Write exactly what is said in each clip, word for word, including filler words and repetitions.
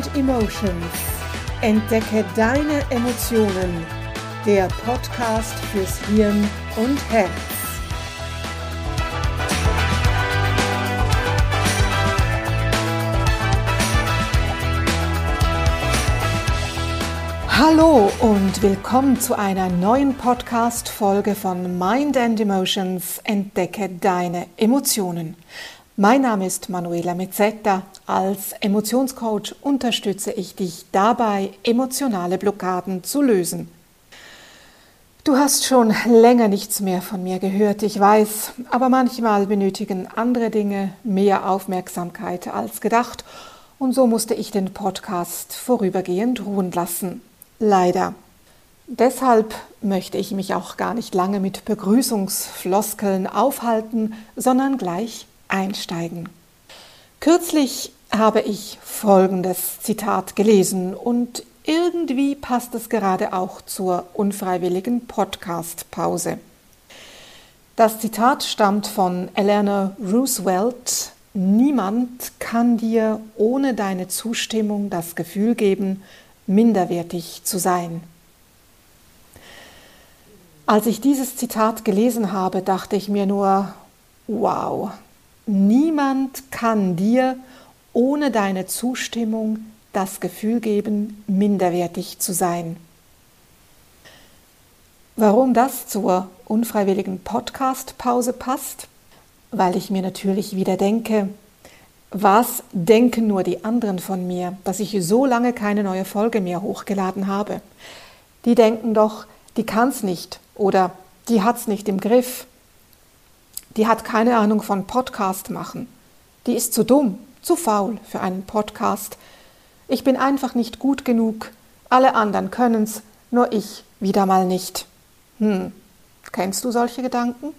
Emotions. Entdecke deine Emotionen. Der Podcast fürs Hirn und Herz. Hallo und willkommen zu einer neuen Podcast-Folge von Mind and Emotions. Entdecke deine Emotionen. Mein Name ist Manuela Mezzetta. Als Emotionscoach unterstütze ich dich dabei, emotionale Blockaden zu lösen. Du hast schon länger nichts mehr von mir gehört, ich weiß, aber manchmal benötigen andere Dinge mehr Aufmerksamkeit als gedacht und so musste ich den Podcast vorübergehend ruhen lassen. Leider. Deshalb möchte ich mich auch gar nicht lange mit Begrüßungsfloskeln aufhalten, sondern gleich einsteigen. Kürzlich habe ich folgendes Zitat gelesen und irgendwie passt es gerade auch zur unfreiwilligen Podcast-Pause. Das Zitat stammt von Eleanor Roosevelt: Niemand kann dir ohne deine Zustimmung das Gefühl geben, minderwertig zu sein. Als ich dieses Zitat gelesen habe, dachte ich mir nur, wow, niemand kann dir ohne deine Zustimmung das Gefühl geben, minderwertig zu sein. Warum das zur unfreiwilligen Podcast-Pause passt? Weil ich mir natürlich wieder denke, was denken nur die anderen von mir, dass ich so lange keine neue Folge mehr hochgeladen habe? Die denken doch, die kann's nicht oder die hat's nicht im Griff. Die hat keine Ahnung von Podcast machen. Die ist zu dumm, zu faul für einen Podcast. Ich bin einfach nicht gut genug. Alle anderen können's, nur ich wieder mal nicht. Hm, kennst du solche Gedanken?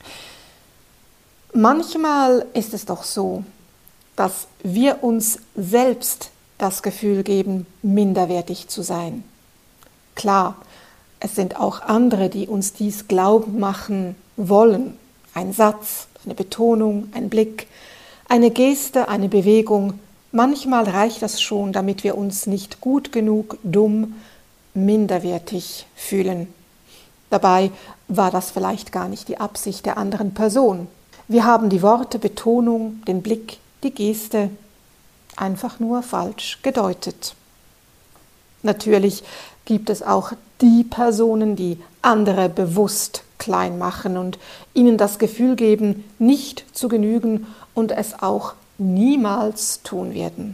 Manchmal ist es doch so, dass wir uns selbst das Gefühl geben, minderwertig zu sein. Klar, es sind auch andere, die uns dies glauben machen wollen. Ein Satz, eine Betonung, ein Blick, eine Geste, eine Bewegung. Manchmal reicht das schon, damit wir uns nicht gut genug, dumm, minderwertig fühlen. Dabei war das vielleicht gar nicht die Absicht der anderen Person. Wir haben die Worte, Betonung, den Blick, die Geste einfach nur falsch gedeutet. Natürlich gibt es auch die Personen, die andere bewusst klein machen und ihnen das Gefühl geben, nicht zu genügen und es auch niemals tun werden.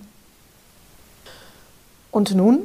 Und nun?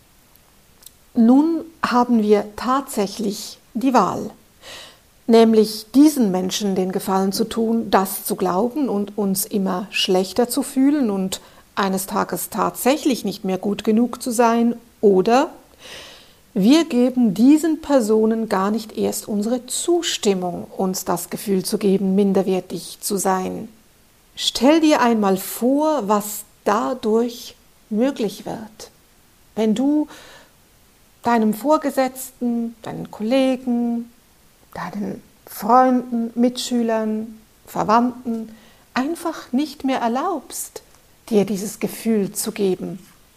Nun haben wir tatsächlich die Wahl. Nämlich diesen Menschen den Gefallen zu tun, das zu glauben und uns immer schlechter zu fühlen und eines Tages tatsächlich nicht mehr gut genug zu sein, oder wir geben diesen Personen gar nicht erst unsere Zustimmung, uns das Gefühl zu geben, minderwertig zu sein. Stell dir einmal vor, was dadurch möglich wird, wenn du deinem Vorgesetzten, deinen Kollegen, deinen Freunden, Mitschülern, Verwandten einfach nicht mehr erlaubst, dir dieses Gefühl zu geben.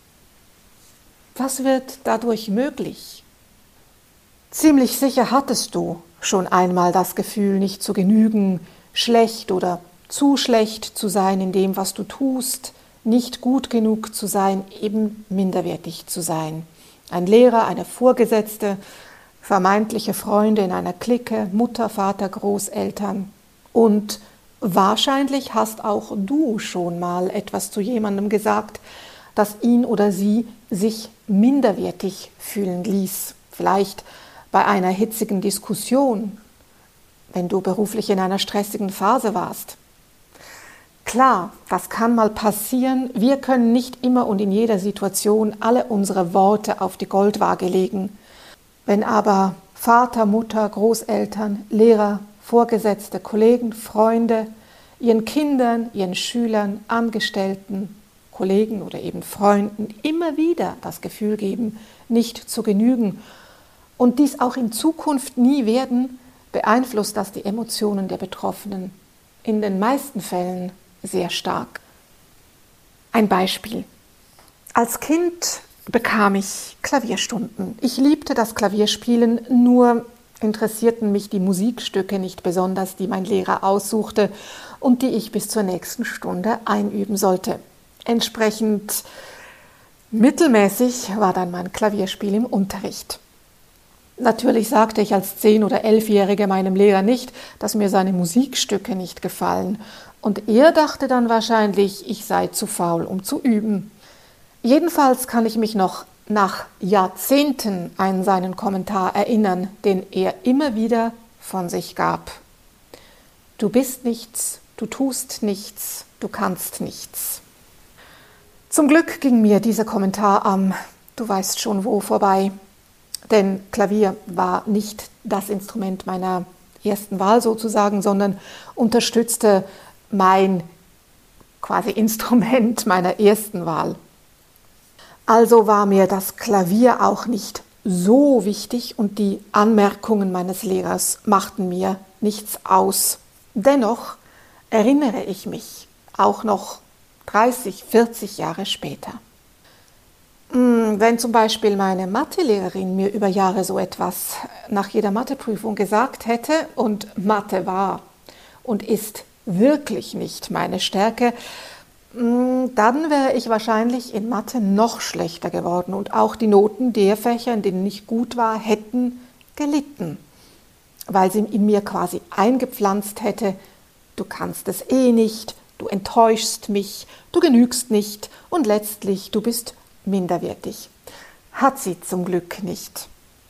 Was wird dadurch möglich? Ziemlich sicher hattest du schon einmal das Gefühl, nicht zu genügen, schlecht oder zu schlecht zu sein in dem, was du tust, nicht gut genug zu sein, eben minderwertig zu sein. Ein Lehrer, eine Vorgesetzte, vermeintliche Freunde in einer Clique, Mutter, Vater, Großeltern. Und wahrscheinlich hast auch du schon mal etwas zu jemandem gesagt, das ihn oder sie sich minderwertig fühlen ließ. Vielleicht bei einer hitzigen Diskussion, wenn du beruflich in einer stressigen Phase warst. Klar, das kann mal passieren. Wir können nicht immer und in jeder Situation alle unsere Worte auf die Goldwaage legen. Wenn aber Vater, Mutter, Großeltern, Lehrer, Vorgesetzte, Kollegen, Freunde ihren Kindern, ihren Schülern, Angestellten, Kollegen oder eben Freunden immer wieder das Gefühl geben, nicht zu genügen und dies auch in Zukunft nie werden, beeinflusst das die Emotionen der Betroffenen in den meisten Fällen sehr stark. Ein Beispiel. Als Kind bekam ich Klavierstunden. Ich liebte das Klavierspielen, nur interessierten mich die Musikstücke nicht besonders, die mein Lehrer aussuchte und die ich bis zur nächsten Stunde einüben sollte. Entsprechend mittelmäßig war dann mein Klavierspiel im Unterricht. Natürlich sagte ich als zehn- oder elfjährige meinem Lehrer nicht, dass mir seine Musikstücke nicht gefallen. Und er dachte dann wahrscheinlich, ich sei zu faul, um zu üben. Jedenfalls kann ich mich noch nach Jahrzehnten an seinen Kommentar erinnern, den er immer wieder von sich gab. Du bist nichts, du tust nichts, du kannst nichts. Zum Glück ging mir dieser Kommentar am, du weißt schon wo, vorbei. Denn Klavier war nicht das Instrument meiner ersten Wahl sozusagen, sondern unterstützte mein quasi Instrument meiner ersten Wahl. Also war mir das Klavier auch nicht so wichtig und die Anmerkungen meines Lehrers machten mir nichts aus. Dennoch erinnere ich mich auch noch dreißig, vierzig Jahre später. Wenn zum Beispiel meine Mathelehrerin mir über Jahre so etwas nach jeder Matheprüfung gesagt hätte, und Mathe war und ist wirklich nicht meine Stärke, dann wäre ich wahrscheinlich in Mathe noch schlechter geworden und auch die Noten der Fächer, in denen ich gut war, hätten gelitten, weil sie in mir quasi eingepflanzt hätte, du kannst es eh nicht, du enttäuschst mich, du genügst nicht und letztlich du bist minderwertig. Hat sie zum Glück nicht.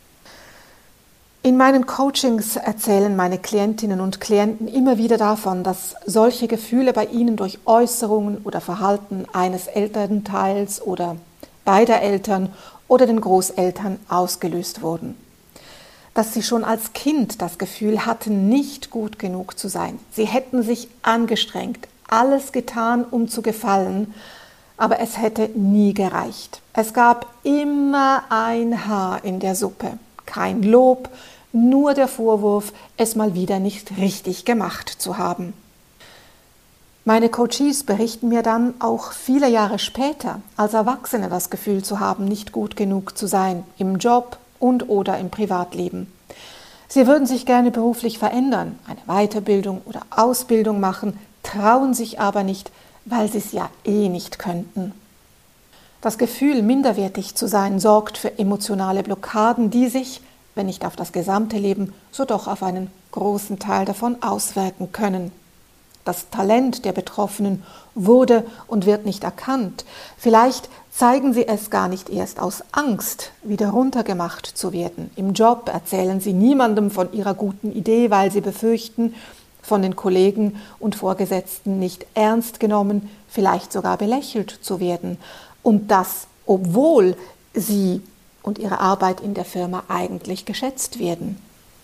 In meinen Coachings erzählen meine Klientinnen und Klienten immer wieder davon, dass solche Gefühle bei ihnen durch Äußerungen oder Verhalten eines Elternteils oder beider Eltern oder den Großeltern ausgelöst wurden. Dass sie schon als Kind das Gefühl hatten, nicht gut genug zu sein. Sie hätten sich angestrengt, alles getan, um zu gefallen, aber es hätte nie gereicht. Es gab immer ein Haar in der Suppe, kein Lob, nur der Vorwurf, es mal wieder nicht richtig gemacht zu haben. Meine Coaches berichten mir dann auch viele Jahre später, als Erwachsene das Gefühl zu haben, nicht gut genug zu sein, im Job und oder im Privatleben. Sie würden sich gerne beruflich verändern, eine Weiterbildung oder Ausbildung machen, trauen sich aber nicht, weil sie es ja eh nicht könnten. Das Gefühl, minderwertig zu sein, sorgt für emotionale Blockaden, die sich, wenn nicht auf das gesamte Leben, so doch auf einen großen Teil davon auswirken können. Das Talent der Betroffenen wurde und wird nicht erkannt. Vielleicht zeigen sie es gar nicht erst aus Angst, wieder runtergemacht zu werden. Im Job erzählen sie niemandem von ihrer guten Idee, weil sie befürchten, von den Kollegen und Vorgesetzten nicht ernst genommen, vielleicht sogar belächelt zu werden. Und das, obwohl sie und ihre Arbeit in der Firma eigentlich geschätzt werden.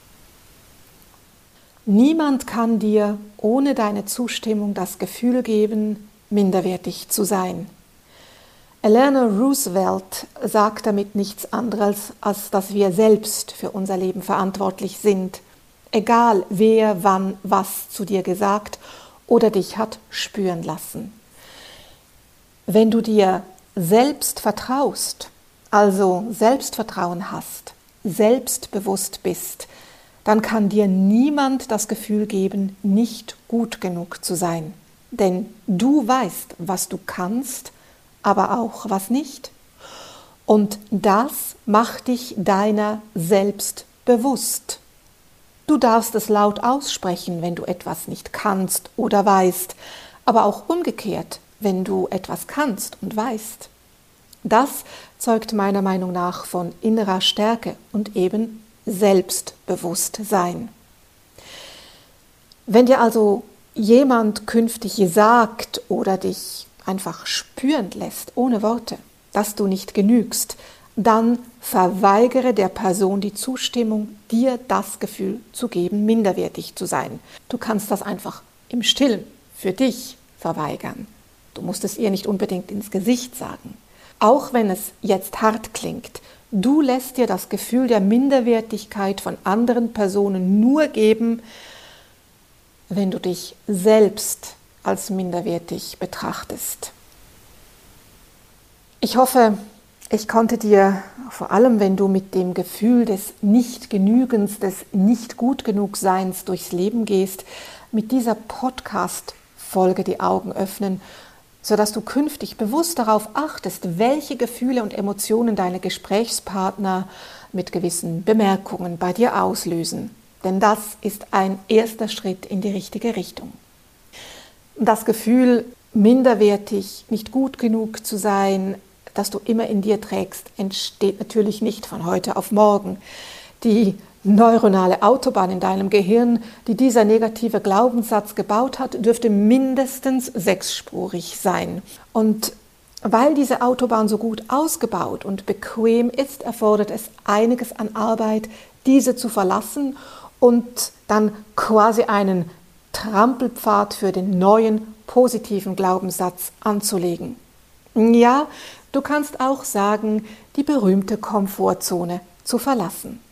Niemand kann dir ohne deine Zustimmung das Gefühl geben, minderwertig zu sein. Eleanor Roosevelt sagt damit nichts anderes, als dass wir selbst für unser Leben verantwortlich sind, egal wer wann was zu dir gesagt oder dich hat spüren lassen. Wenn du dir selbst vertraust, also Selbstvertrauen hast, selbstbewusst bist, dann kann dir niemand das Gefühl geben, nicht gut genug zu sein. Denn du weißt, was du kannst, aber auch was nicht. Und das macht dich deiner selbst bewusst. Du darfst es laut aussprechen, wenn du etwas nicht kannst oder weißt, aber auch umgekehrt, wenn du etwas kannst und weißt. Das zeugt meiner Meinung nach von innerer Stärke und eben Selbstbewusstsein. Wenn dir also jemand künftig sagt oder dich einfach spüren lässt, ohne Worte, dass du nicht genügst, dann verweigere der Person die Zustimmung, dir das Gefühl zu geben, minderwertig zu sein. Du kannst das einfach im Stillen für dich verweigern. Du musst es ihr nicht unbedingt ins Gesicht sagen. Auch wenn es jetzt hart klingt, du lässt dir das Gefühl der Minderwertigkeit von anderen Personen nur geben, wenn du dich selbst als minderwertig betrachtest. Ich hoffe, ich konnte dir, vor allem wenn du mit dem Gefühl des Nicht-Genügens, des Nicht-Gut-Genug-Seins durchs Leben gehst, mit dieser Podcast-Folge die Augen öffnen, sodass du künftig bewusst darauf achtest, welche Gefühle und Emotionen deine Gesprächspartner mit gewissen Bemerkungen bei dir auslösen. Denn das ist ein erster Schritt in die richtige Richtung. Das Gefühl, minderwertig, nicht gut genug zu sein, das du immer in dir trägst, entsteht natürlich nicht von heute auf morgen. Die neuronale Autobahn in deinem Gehirn, die dieser negative Glaubenssatz gebaut hat, dürfte mindestens sechsspurig sein. Und weil diese Autobahn so gut ausgebaut und bequem ist, erfordert es einiges an Arbeit, diese zu verlassen und dann quasi einen Trampelpfad für den neuen positiven Glaubenssatz anzulegen. Ja, du kannst auch sagen, die berühmte Komfortzone zu verlassen.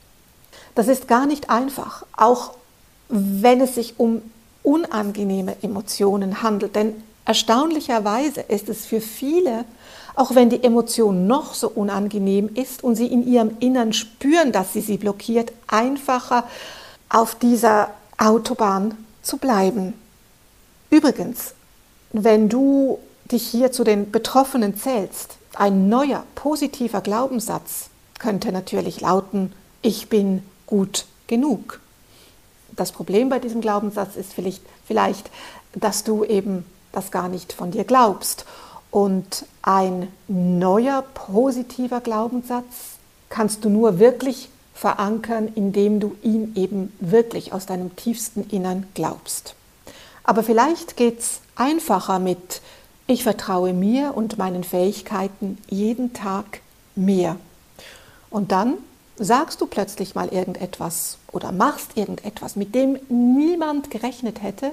Das ist gar nicht einfach, auch wenn es sich um unangenehme Emotionen handelt, denn erstaunlicherweise ist es für viele, auch wenn die Emotion noch so unangenehm ist und sie in ihrem Innern spüren, dass sie sie blockiert, einfacher auf dieser Autobahn zu bleiben. Übrigens, wenn du dich hier zu den Betroffenen zählst, ein neuer positiver Glaubenssatz könnte natürlich lauten: Ich bin gut genug. Das Problem bei diesem Glaubenssatz ist vielleicht, vielleicht, dass du eben das gar nicht von dir glaubst. Und ein neuer positiver Glaubenssatz kannst du nur wirklich verankern, indem du ihn eben wirklich aus deinem tiefsten Innern glaubst. Aber vielleicht geht es einfacher mit: Ich vertraue mir und meinen Fähigkeiten jeden Tag mehr. Und dann sagst du plötzlich mal irgendetwas oder machst irgendetwas, mit dem niemand gerechnet hätte.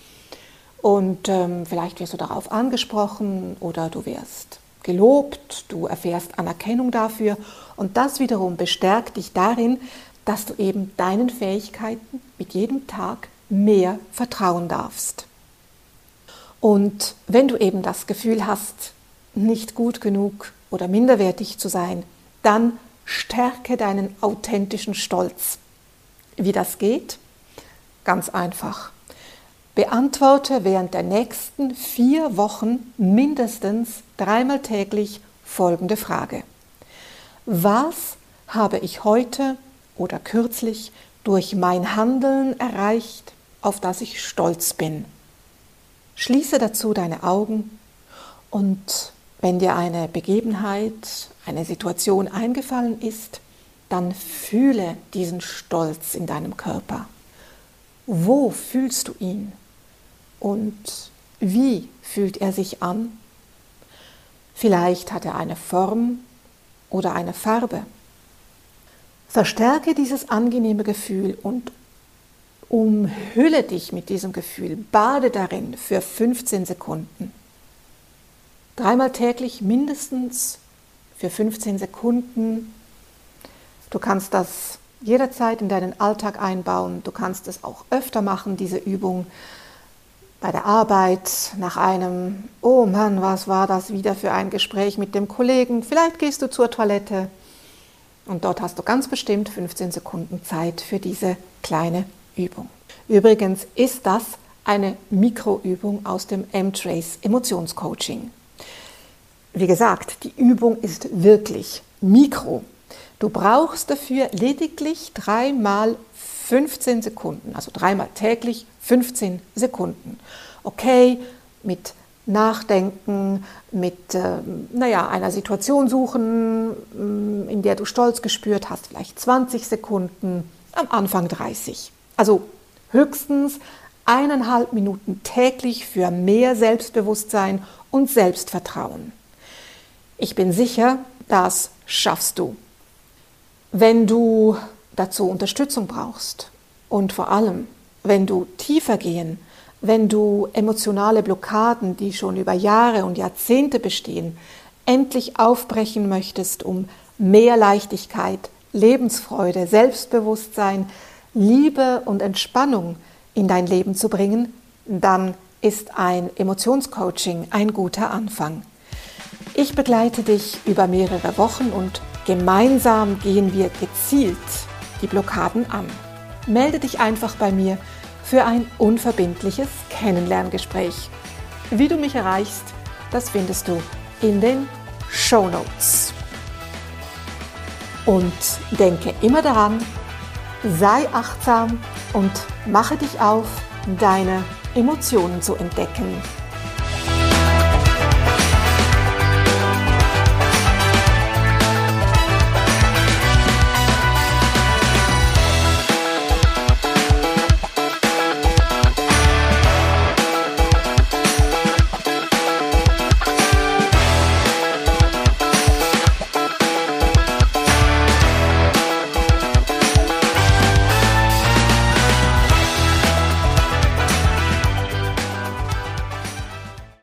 Und ähm, vielleicht wirst du darauf angesprochen oder du wirst gelobt, du erfährst Anerkennung dafür. Und das wiederum bestärkt dich darin, dass du eben deinen Fähigkeiten mit jedem Tag mehr vertrauen darfst. Und wenn du eben das Gefühl hast, nicht gut genug oder minderwertig zu sein, dann stärke deinen authentischen Stolz. Wie das geht? Ganz einfach. Beantworte während der nächsten vier Wochen mindestens dreimal täglich folgende Frage: Was habe ich heute oder kürzlich durch mein Handeln erreicht, auf das ich stolz bin? Schließe dazu deine Augen und wenn dir eine Begebenheit, eine Situation eingefallen ist, dann fühle diesen Stolz in deinem Körper. Wo fühlst du ihn? Und wie fühlt er sich an? Vielleicht hat er eine Form oder eine Farbe. Verstärke dieses angenehme Gefühl und umhülle dich mit diesem Gefühl, bade darin für fünfzehn Sekunden. Dreimal täglich mindestens für fünfzehn Sekunden. Du kannst das jederzeit in deinen Alltag einbauen. Du kannst es auch öfter machen, diese Übung. Bei der Arbeit, nach einem, oh Mann, was war das wieder für ein Gespräch mit dem Kollegen? Vielleicht gehst du zur Toilette und dort hast du ganz bestimmt fünfzehn Sekunden Zeit für diese kleine Übung. Übrigens ist das eine Mikroübung aus dem M-Trace Emotionscoaching. Wie gesagt, die Übung ist wirklich mikro. Du brauchst dafür lediglich dreimal fünfzehn Sekunden, also dreimal täglich fünfzehn Sekunden. Okay, mit Nachdenken, mit äh, naja, einer Situation suchen, in der du Stolz gespürt hast, vielleicht zwanzig Sekunden, am Anfang dreißig. Also höchstens eineinhalb Minuten täglich für mehr Selbstbewusstsein und Selbstvertrauen. Ich bin sicher, das schaffst du. Wenn du dazu Unterstützung brauchst und vor allem, wenn du tiefer gehen, wenn du emotionale Blockaden, die schon über Jahre und Jahrzehnte bestehen, endlich aufbrechen möchtest, um mehr Leichtigkeit, Lebensfreude, Selbstbewusstsein, Liebe und Entspannung in dein Leben zu bringen, dann ist ein Emotionscoaching ein guter Anfang. Ich begleite dich über mehrere Wochen und gemeinsam gehen wir gezielt die Blockaden an. Melde dich einfach bei mir für ein unverbindliches Kennenlerngespräch. Wie du mich erreichst, das findest du in den Shownotes. Und denke immer daran, sei achtsam und mache dich auf, deine Emotionen zu entdecken.